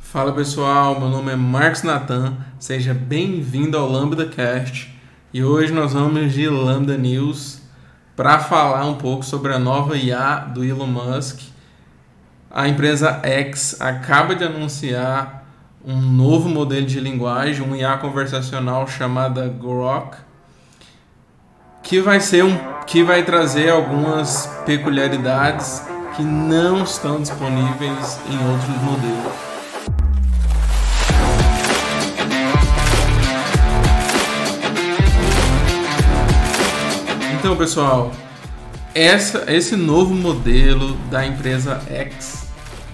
Fala pessoal, meu nome é Marcos Nathan, seja bem-vindo ao Lambda Cast e hoje nós vamos de Lambda News para falar um pouco sobre a nova IA do Elon Musk. A empresa X acaba de anunciar um novo modelo de linguagem, um IA conversacional chamada Grok, que vai trazer algumas peculiaridades que não estão disponíveis em outros modelos. Então, pessoal, esse novo modelo da empresa X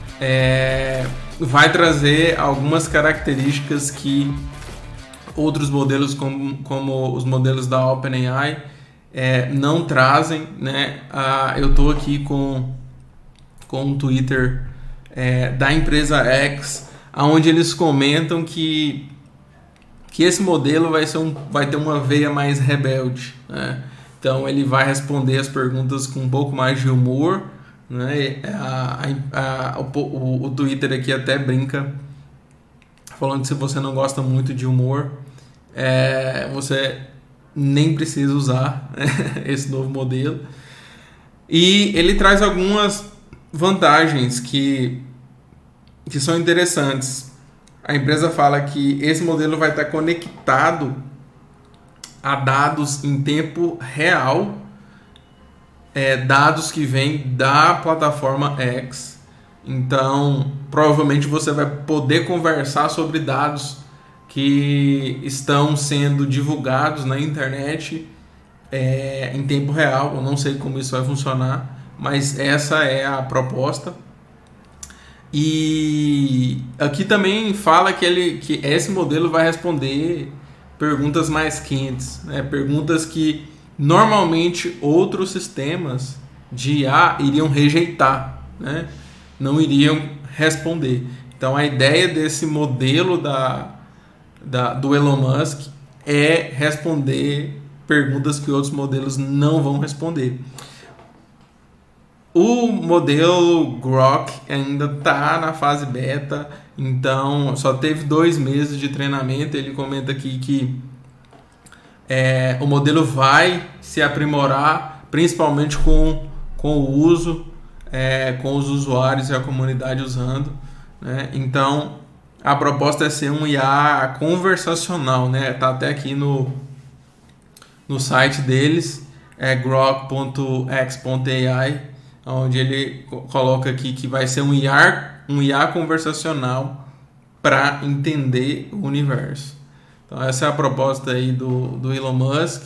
vai trazer algumas características que outros modelos, como os modelos da OpenAI, não trazem, né? Eu estou aqui com um Twitter da empresa X, onde eles comentam que esse modelo vai ter uma veia mais rebelde, né? Então ele vai responder as perguntas com um pouco mais de humor, né? O Twitter aqui até brinca falando que se você não gosta muito de humor, você nem precisa usar esse novo modelo. E ele traz algumas vantagens que são interessantes. A empresa fala que esse modelo vai estar conectado a dados em tempo real, dados que vêm da plataforma X. Então, provavelmente você vai poder conversar sobre dados que estão sendo divulgados na internet em tempo real. Eu não sei como isso vai funcionar, mas essa é a proposta. E aqui também fala que esse modelo vai responder perguntas mais quentes, né? Perguntas que normalmente outros sistemas de IA iriam rejeitar, né? Não iriam responder. Então a ideia desse modelo do Elon Musk é responder perguntas que outros modelos não vão responder. O modelo Grok ainda está na fase beta, então só teve 2 meses de treinamento. Ele comenta aqui que o modelo vai se aprimorar, principalmente com o uso, com os usuários e a comunidade usando, né? Então a proposta é ser um IA conversacional, né? Tá até aqui no site deles, grok.x.ai, onde ele coloca aqui que vai ser um IA conversacional para entender o universo. Então essa é a proposta aí do Elon Musk.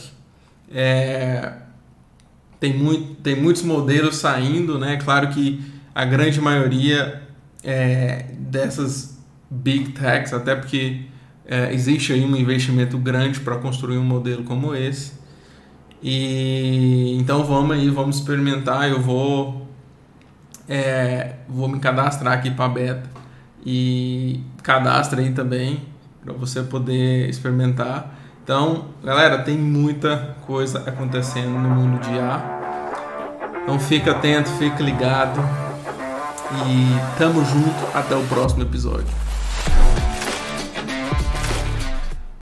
Tem muitos modelos saindo, né? Claro que a grande maioria dessas big techs, até porque existe aí um investimento grande para construir um modelo como esse. E então vamos experimentar. Eu vou me cadastrar aqui para a beta, e cadastra aí também para você poder experimentar. Então, galera, tem muita coisa acontecendo no mundo de IA. Então fica atento, fica ligado e tamo junto, até o próximo episódio.